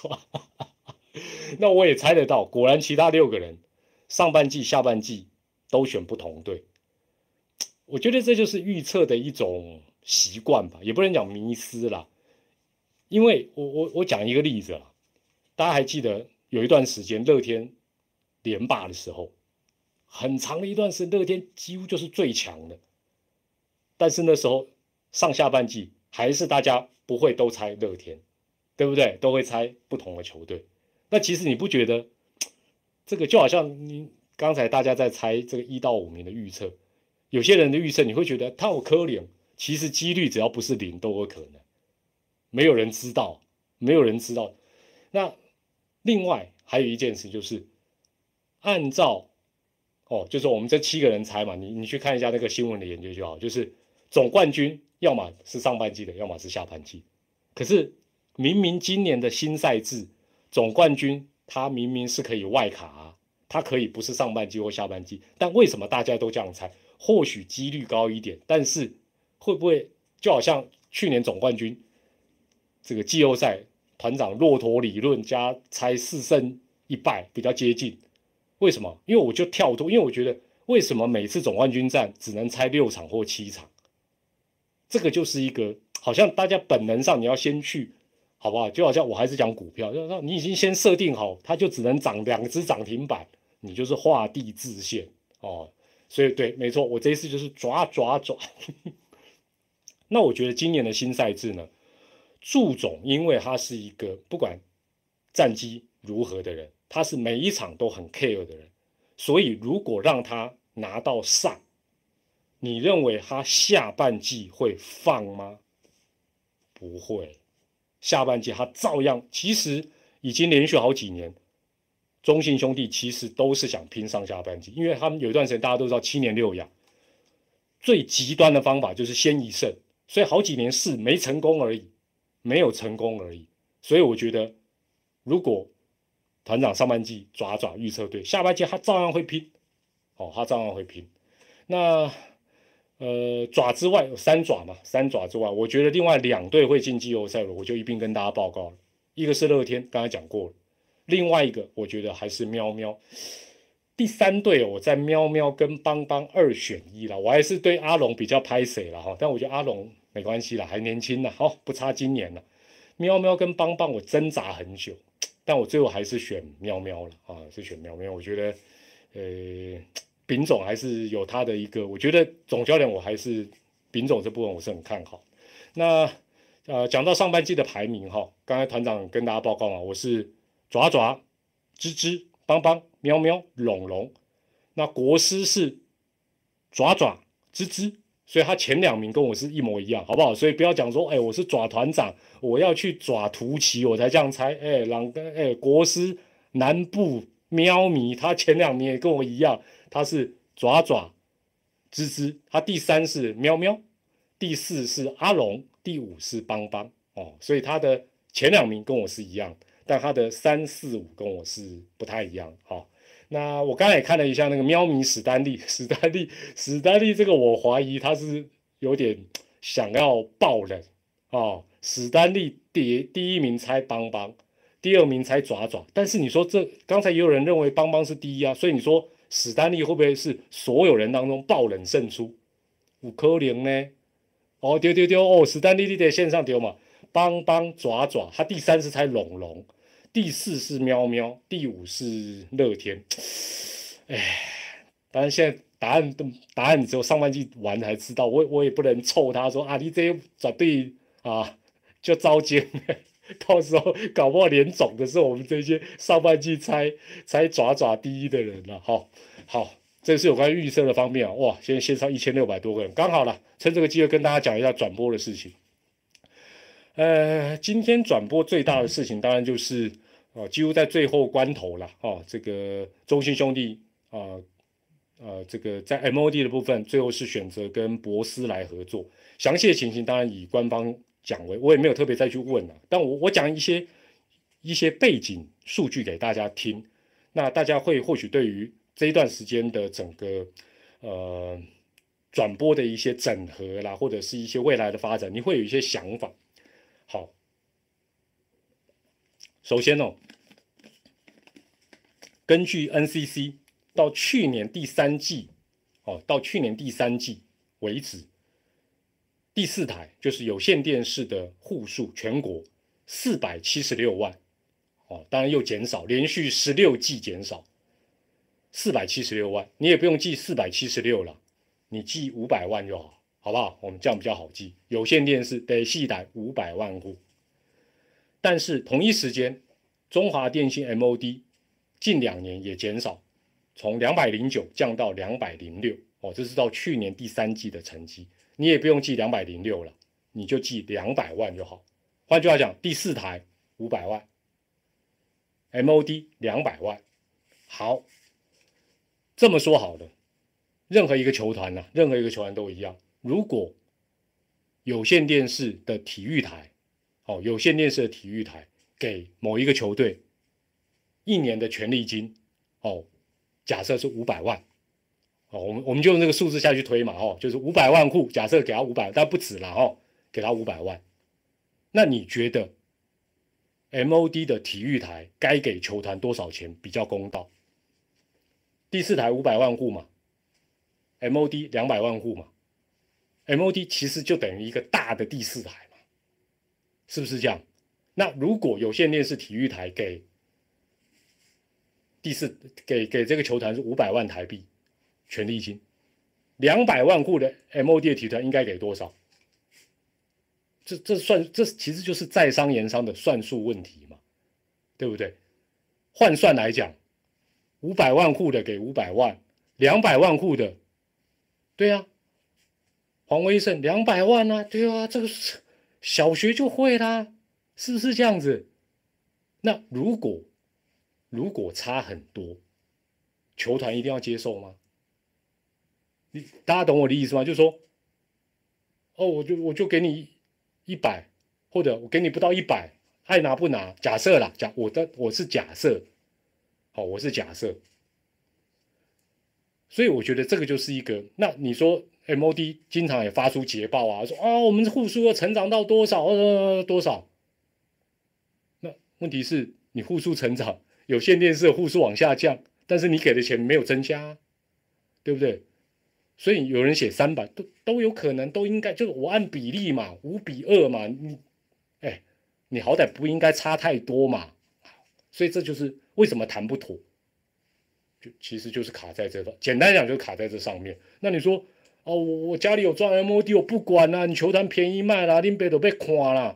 Speaker 1: 那我也猜得到，果然其他6个人上半季、下半季都选不同队。我觉得这就是预测的一种习惯吧，也不能讲迷思啦。因为我讲一个例子啊，大家还记得有一段时间乐天连霸的时候，很长的一段时间乐天几乎就是最强的，但是那时候上下半季还是大家不会都猜乐天，对不对？都会猜不同的球队。那其实你不觉得这个就好像你刚才大家在猜这个1到5名的预测，有些人的预测你会觉得他有可能，其实几率只要不是0都有可能，没有人知道，没有人知道。那另外还有一件事就是，按照就是我们这7个人猜嘛，你去看一下那个新闻的研究就好，就是总冠军要么是上半季的，要么是下半季。可是明明今年的新赛制，总冠军他明明是可以外卡啊，他可以不是上半季或下半季，但为什么大家都这样猜？或许几率高一点，但是会不会就好像去年总冠军这个季后赛团长骆驼理论加猜4胜1败比较接近？为什么？因为我就跳脱，因为我觉得为什么每次总冠军战只能猜6场或7场？这个就是一个好像大家本能上你要先去，好不好？就好像我还是讲股票，就是说你已经先设定好，它就只能涨2只涨停板，你就是画地自限哦。所以对，没错，我这一次就是抓。那我觉得今年的新赛制呢，祝总因为他是一个不管战绩如何的人，他是每一场都很 care 的人，所以如果让他拿到上，你认为他下半季会放吗？不会，下半季他照样，其实已经连续好几年，中信兄弟其实都是想拼上下半季，因为他们有一段时间大家都知道7年6亚，最极端的方法就是先一胜，所以好几年是没成功而已，没有成功而已。所以我觉得，如果团长上半季抓预测对，下半季他照样会拼，他照样会拼。那爪之外有3爪嘛，3爪之外，我觉得另外2队会进季后赛了，我就一并跟大家报告了。一个是乐天，刚才讲过了，另外一个我觉得还是喵喵。第3队我在喵喵跟邦邦2选1啦，我还是对阿龙比较拍谁了哈，但我觉得阿龙没关系啦，还年轻啦，不差今年了。喵喵跟邦邦我挣扎很久，但我最后还是选喵喵了啊，是选喵喵。我觉得，丙总还是有他的一个，我觉得总教练我还是丙总这部分我是很看好。那讲到上半季的排名哈，刚才团长跟大家报告嘛，我是爪爪、吱吱、邦邦、喵喵、龙龙，那国师是爪爪、吱吱，所以他前2名跟我是一模一样，好不好？所以不要讲说，我是爪团长，我要去爪图奇，我才这样猜。国师南部喵迷，他前2名也跟我一样，他是爪爪、吱吱，他第3是喵喵，第4是阿龙，第5是邦邦哦，所以他的前2名跟我是一样，但他的3、4、5跟我是不太一样。好，那我刚才也看了一下那个喵迷史丹利这个我怀疑他是有点想要爆冷哦。史丹利第1名猜邦邦，第2名猜爪爪，但是你说这刚才也有人认为邦邦是第1啊，所以你说史丹利会不会是所有人当中爆冷胜出？有可能呢。哦，丢哦，史丹利你在线上丢嘛？邦邦爪爪，他第3是猜龙龙，第4是喵喵，第5是乐天。当然现在答案只有上半季完才知道，我也不能凑他说啊，你这绝对啊就糟践，到时候搞不好连总的是我们这些上半季猜爪爪第1的人了。好。这是有关预测的方面啊，哇！现在线上1600多个人，刚好了，趁这个机会跟大家讲一下转播的事情。今天转播最大的事情当然就是几乎在最后关头了这个中信兄弟这个在 MOD 的部分，最后是选择跟博斯来合作。详细的情形当然以官方讲为，我也没有特别再去问了，但我讲一些背景数据给大家听，那大家会或许对于这一段时间的整个转播的一些整合啦，或者是一些未来的发展，你会有一些想法。好，首先根据 NCC 到去年第3季为止，第4台就是有线电视的户数全国476万当然又减少，连续16季减少。476万，你也不用记476了，你记500万就好，好不好？我们这样比较好记。有线电视得系台500万户，但是同一时间，中华电信 MOD 近2年也减少，从209降到206这是到去年第3季的成绩。你也不用记206了，你就记200万就好。换句话讲，第4台500万 ，MOD 200万，好。这么说好了，任何一个球团都一样。如果有线电视的体育台，给某一个球队1年的权利金，假设是500万，我们就用这个数字下去推嘛，就是500万户，假设给他500，但不止了，给他500万。那你觉得 MOD 的体育台该给球团多少钱比较公道？第4台500万户嘛 ，MOD 200万户嘛 ，MOD 其实就等于一个大的第4台嘛，是不是这样？那如果有线电视体育台给给这个球团是500万台币权利金，200万户的 MOD 的体育团应该给多少？这其实就是在商言商的算术问题嘛，对不对？换算来讲。500万户的给500万，200万户的，对啊，黄威胜200万啊，对啊，这个小学就会啦，是不是这样子？那如果差很多，球团一定要接受吗？大家懂我的意思吗？就是说，我就给你100，或者我给你不到100，爱拿不拿？假设啦，我是假设。我是假设，所以我觉得这个就是一个，那你说 MOD 经常也发出捷报啊，说啊我们户数要成长到多少多少。那问题是你户数成长，有线电视的户数往下降，但是你给的钱没有增加，对不对？所以有人写300都有可能，都应该就是我按比例嘛，5:2嘛，你好歹不应该差太多嘛。所以这就是为什么谈不妥，其实就是卡在这，简单讲就是卡在这上面。那你说哦，我家里有装 MOD， 我不管啦，你球团便宜卖啦，林北都被垮啦，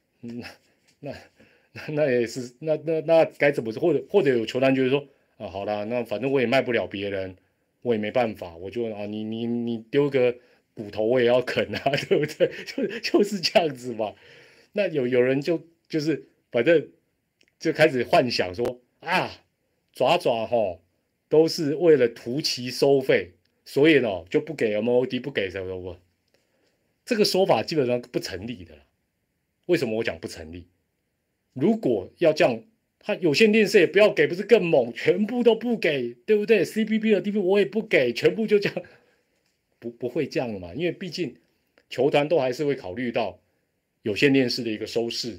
Speaker 1: 那也是那该怎么做？或者有球团觉得说啊，好啦，那反正我也卖不了别人，我也没办法，我就啊你丢个骨头我也要啃啊，对不对？就是这样子嘛。那有人就是反正就开始幻想说啊，爪爪吼都是为了图其收费，所以呢就不给 MOD 不给什么不，这个说法基本上不成立的。为什么我讲不成立？如果要这样，他有线电视也不要给，不是更猛？全部都不给，对不对 ？CBB 的 DV 我也不给，全部就这样，不会这样嘛？因为毕竟球团都还是会考虑到有线电视的一个收视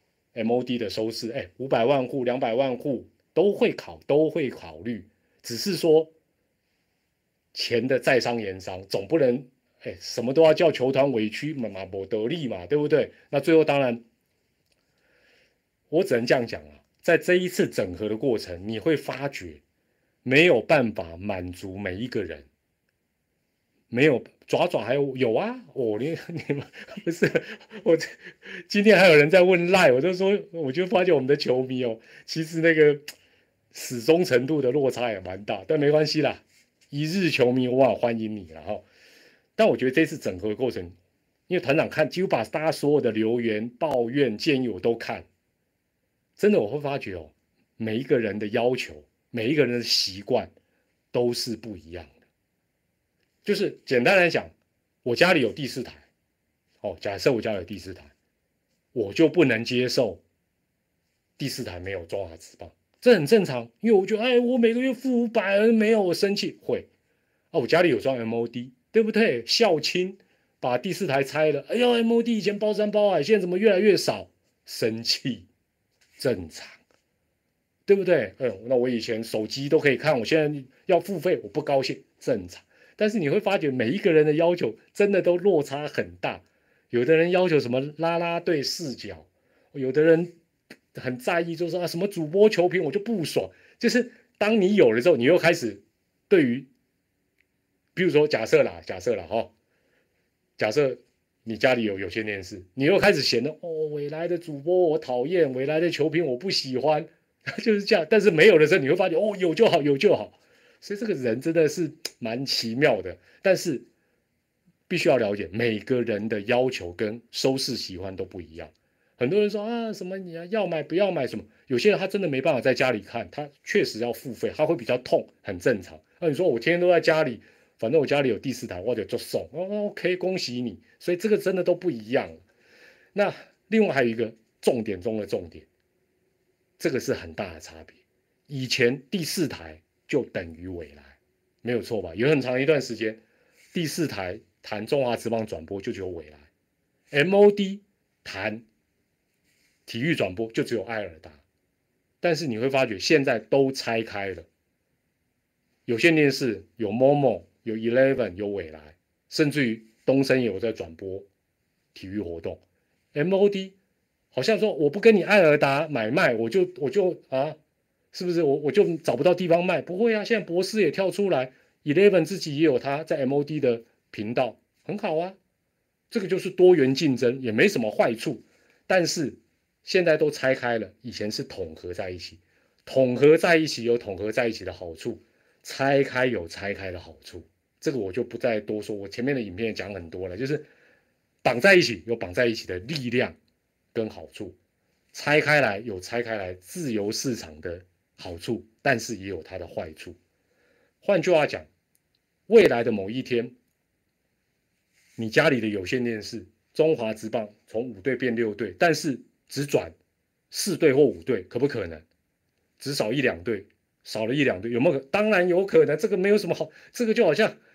Speaker 1: ，MOD 的收视，500万户、200万户都会考虑，只是说钱的在商言商，总不能什么都要叫球团委屈嘛，不得利嘛，对不对？那最后当然，我只能这样讲啊，在这一次整合的过程，你会发觉没有办法满足每一个人。没有爪爪还有啊，你们不是我今天还有人在问赖，我就发现我们的球迷哦，其实那个始终程度的落差也蛮大，但没关系啦，一日球迷我好欢迎你了哈。但我觉得这次整合的过程，因为团长看几乎把大家所有的留言、抱怨、建议我都看，真的我会发觉哦，每一个人的要求、每一个人的习惯都是不一样的。就是简单来讲，我家里有第4台，假设我家有第4台，我就不能接受第4台没有中华职棒，这很正常，因为我觉得，我每个月付500，没有我生气会，我家里有装 MOD， 对不对？孝亲把第4台拆了，MOD 以前包山包海，现在怎么越来越少？生气，正常，对不对？那我以前手机都可以看，我现在要付费，我不高兴，正常。但是你会发觉每一个人的要求真的都落差很大，有的人要求什么啦啦队视角，有的人很在意，就是说什么主播球评我就不爽。就是当你有了之后，你又开始对于，比如说假设啦假设你家里有线电视，你又开始嫌未来的主播我讨厌，未来的球评我不喜欢，就是这样。但是没有的时候，你会发觉有就好，有就好。所以这个人真的是蛮奇妙的，但是必须要了解每个人的要求跟收视喜欢都不一样。很多人说什么你要买不要买什么，有些人他真的没办法在家里看，他确实要付费，他会比较痛，很正常。那你说我天天都在家里，反正我家里有第4台，我就送，OK， 恭喜你。所以这个真的都不一样。那另外还有一个重点中的重点，这个是很大的差别。以前第4台就等于未来，没有错吧？有很长一段时间，第4台谈中华职棒转播就只有未来 ，MOD 谈体育转播就只有爱尔达。但是你会发觉现在都拆开了，有线电视有 MOMO 有 Eleven 有未来，甚至于东森也有在转播体育活动。MOD 好像说我不跟你爱尔达买卖，我就是不是我就找不到地方卖？不会啊，现在博士也跳出来 ，Eleven 自己也有他在 MOD 的频道，很好啊。这个就是多元竞争，也没什么坏处。但是现在都拆开了，以前是统合在一起，统合在一起有统合在一起的好处，拆开有拆开的好处。这个我就不再多说，我前面的影片讲很多了，就是绑在一起有绑在一起的力量跟好处，拆开来有拆开来自由市场的好处，但是也有它的坏处。换句话讲，未来的某一天，你家里的有线电视，中华职棒从5队变6队，但是只转4队或5队，可不可能？只少1-2队，少了1-2队，有没有？当然有可能，这个没有什么好，这个就好像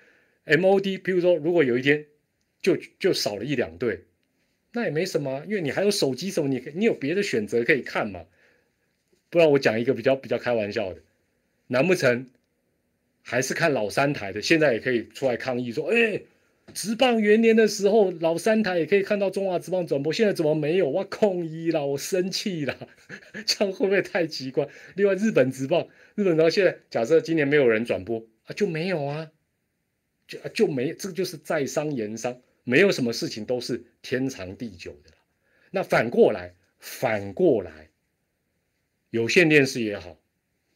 Speaker 1: MOD，譬如说如果有一天就少了一两队，那也没什么，因为你还有手机什么，你有别的选择可以看嘛。不然我讲一个比较开玩笑的，难不成还是看老三台的？现在也可以出来抗议说，哎，职棒元年的时候，老三台也可以看到中华职棒转播，现在怎么没有？我抗议啦，我生气啦，这样会不会太奇怪？另外，日本职棒现在假设今年没有人转播啊，就没有啊，就没，这个就是在商言商，没有什么事情都是天长地久的啦。那反过来，有线电视也好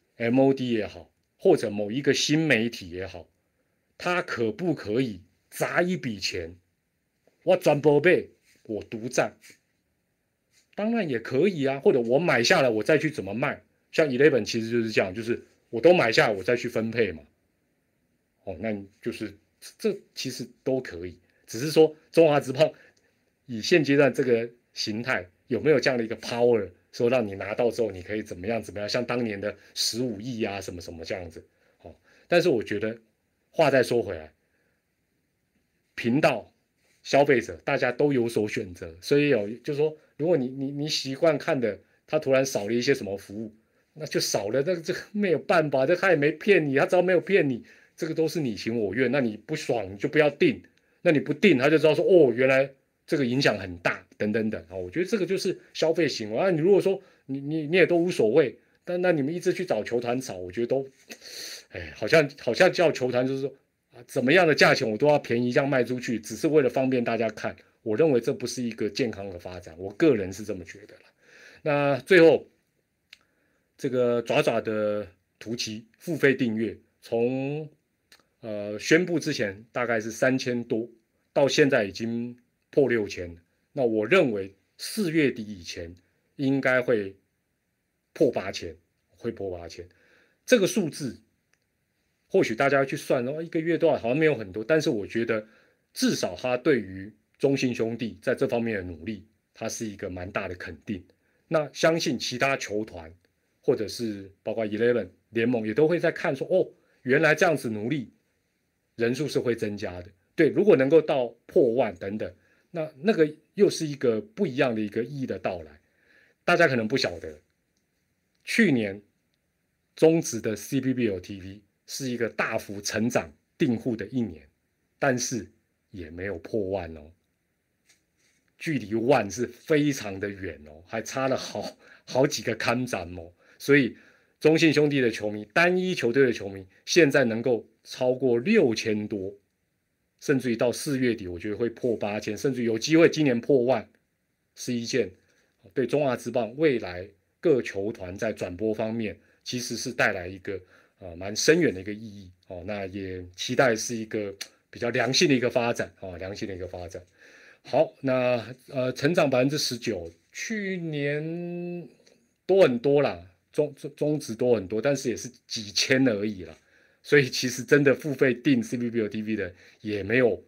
Speaker 1: ，MOD 也好，或者某一个新媒体也好，它可不可以砸一笔钱，我转播费，我独占？当然也可以啊，或者我买下来我再去怎么卖？像 Eleven 其实就是这样，就是我都买下来我再去分配嘛。哦，那就是这其实都可以，只是说中华职棒以现阶段这个形态有没有这样的一个 power，说让你拿到之后你可以怎么样怎么样，像当年的15亿啊什么什么这样子。哦，但是我觉得话再说回来，频道消费者大家都有所选择，所以就是说，如果你习惯看的，他突然少了一些什么服务，那就少了，这个没有办法，他也没骗你，他只要没有骗你，这个都是你情我愿，那你不爽你就不要订，那你不订他就知道说哦，原来这个影响很大，等等等啊，我觉得这个就是消费行为啊。你如果说你也都无所谓，但那你们一直去找球团炒，我觉得都，哎，好像叫球团就是说啊，怎么样的价钱我都要便宜这样卖出去，只是为了方便大家看。我认为这不是一个健康的发展，我个人是这么觉得了。那最后，这个爪爪的图奇付费订阅，从宣布之前大概是3000多，到现在已经破6000。那我认为4月底以前应该会破8000，会破8000。这个数字或许大家去算哦，一个月多少好像没有很多，但是我觉得至少他对于中信兄弟在这方面的努力，它是一个蛮大的肯定。那相信其他球团或者是包括 Eleven 联盟也都会在看说，哦，原来这样子努力，人数是会增加的。对，如果能够到破万等等，那个又是一个不一样的一个意义的到来。大家可能不晓得，去年中职的 CBBL TV 是一个大幅成长订户的一年，但是也没有破万哦，距离万是非常的远哦，还差了好几个看展哦。所以中信兄弟的球迷，单一球队的球迷，现在能够超过6000多，甚至于到4月底，我觉得会破8000，甚至有机会今年破万，是一件对中华职棒未来各球团在转播方面其实是带来一个蛮深远的一个意义哦。那也期待是一个比较良性的一个发展哦，良性的一个发展。好，那成长19%，去年多很多啦，中值多很多，但是也是几千而已啦。所以其实真的付费订 CBBL TV 的也没有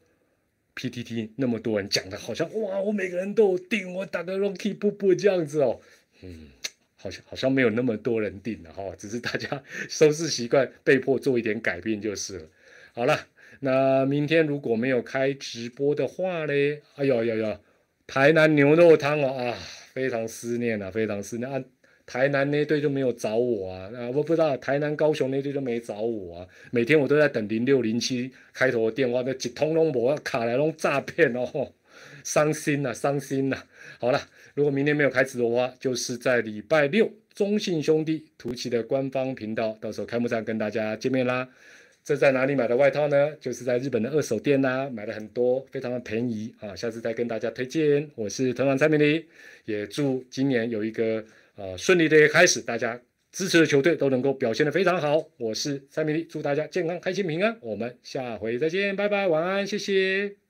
Speaker 1: PTT 那么多人讲的，好像哇，我每个人都有订，我打个 Rocky 布布这样子哦，好像没有那么多人订了哈，只是大家收视习惯被迫做一点改变就是了。好了，那明天如果没有开直播的话嘞，哎呦呦呦，台南牛肉汤哦啊，非常思念啊，非常思念啊。台南那队就没有找我啊，我不知道台南高雄那队就没找我啊。每天我都在等0607开头的电话，那一通拢无，卡来拢诈骗哦，伤心呐、伤心呐、好了，如果明天没有开直播的话，就是在礼拜六中信兄弟图奇的官方频道，到时候开幕战跟大家见面啦。这在哪里买的外套呢？就是在日本的二手店啦，买了很多，非常的便宜啊！下次再跟大家推荐。我是团长蔡明黎，也祝今年有一个顺利的一个开始，大家支持的球队都能够表现得非常好。我是蔡明黎，祝大家健康、开心、平安。我们下回再见，拜拜，晚安，谢谢。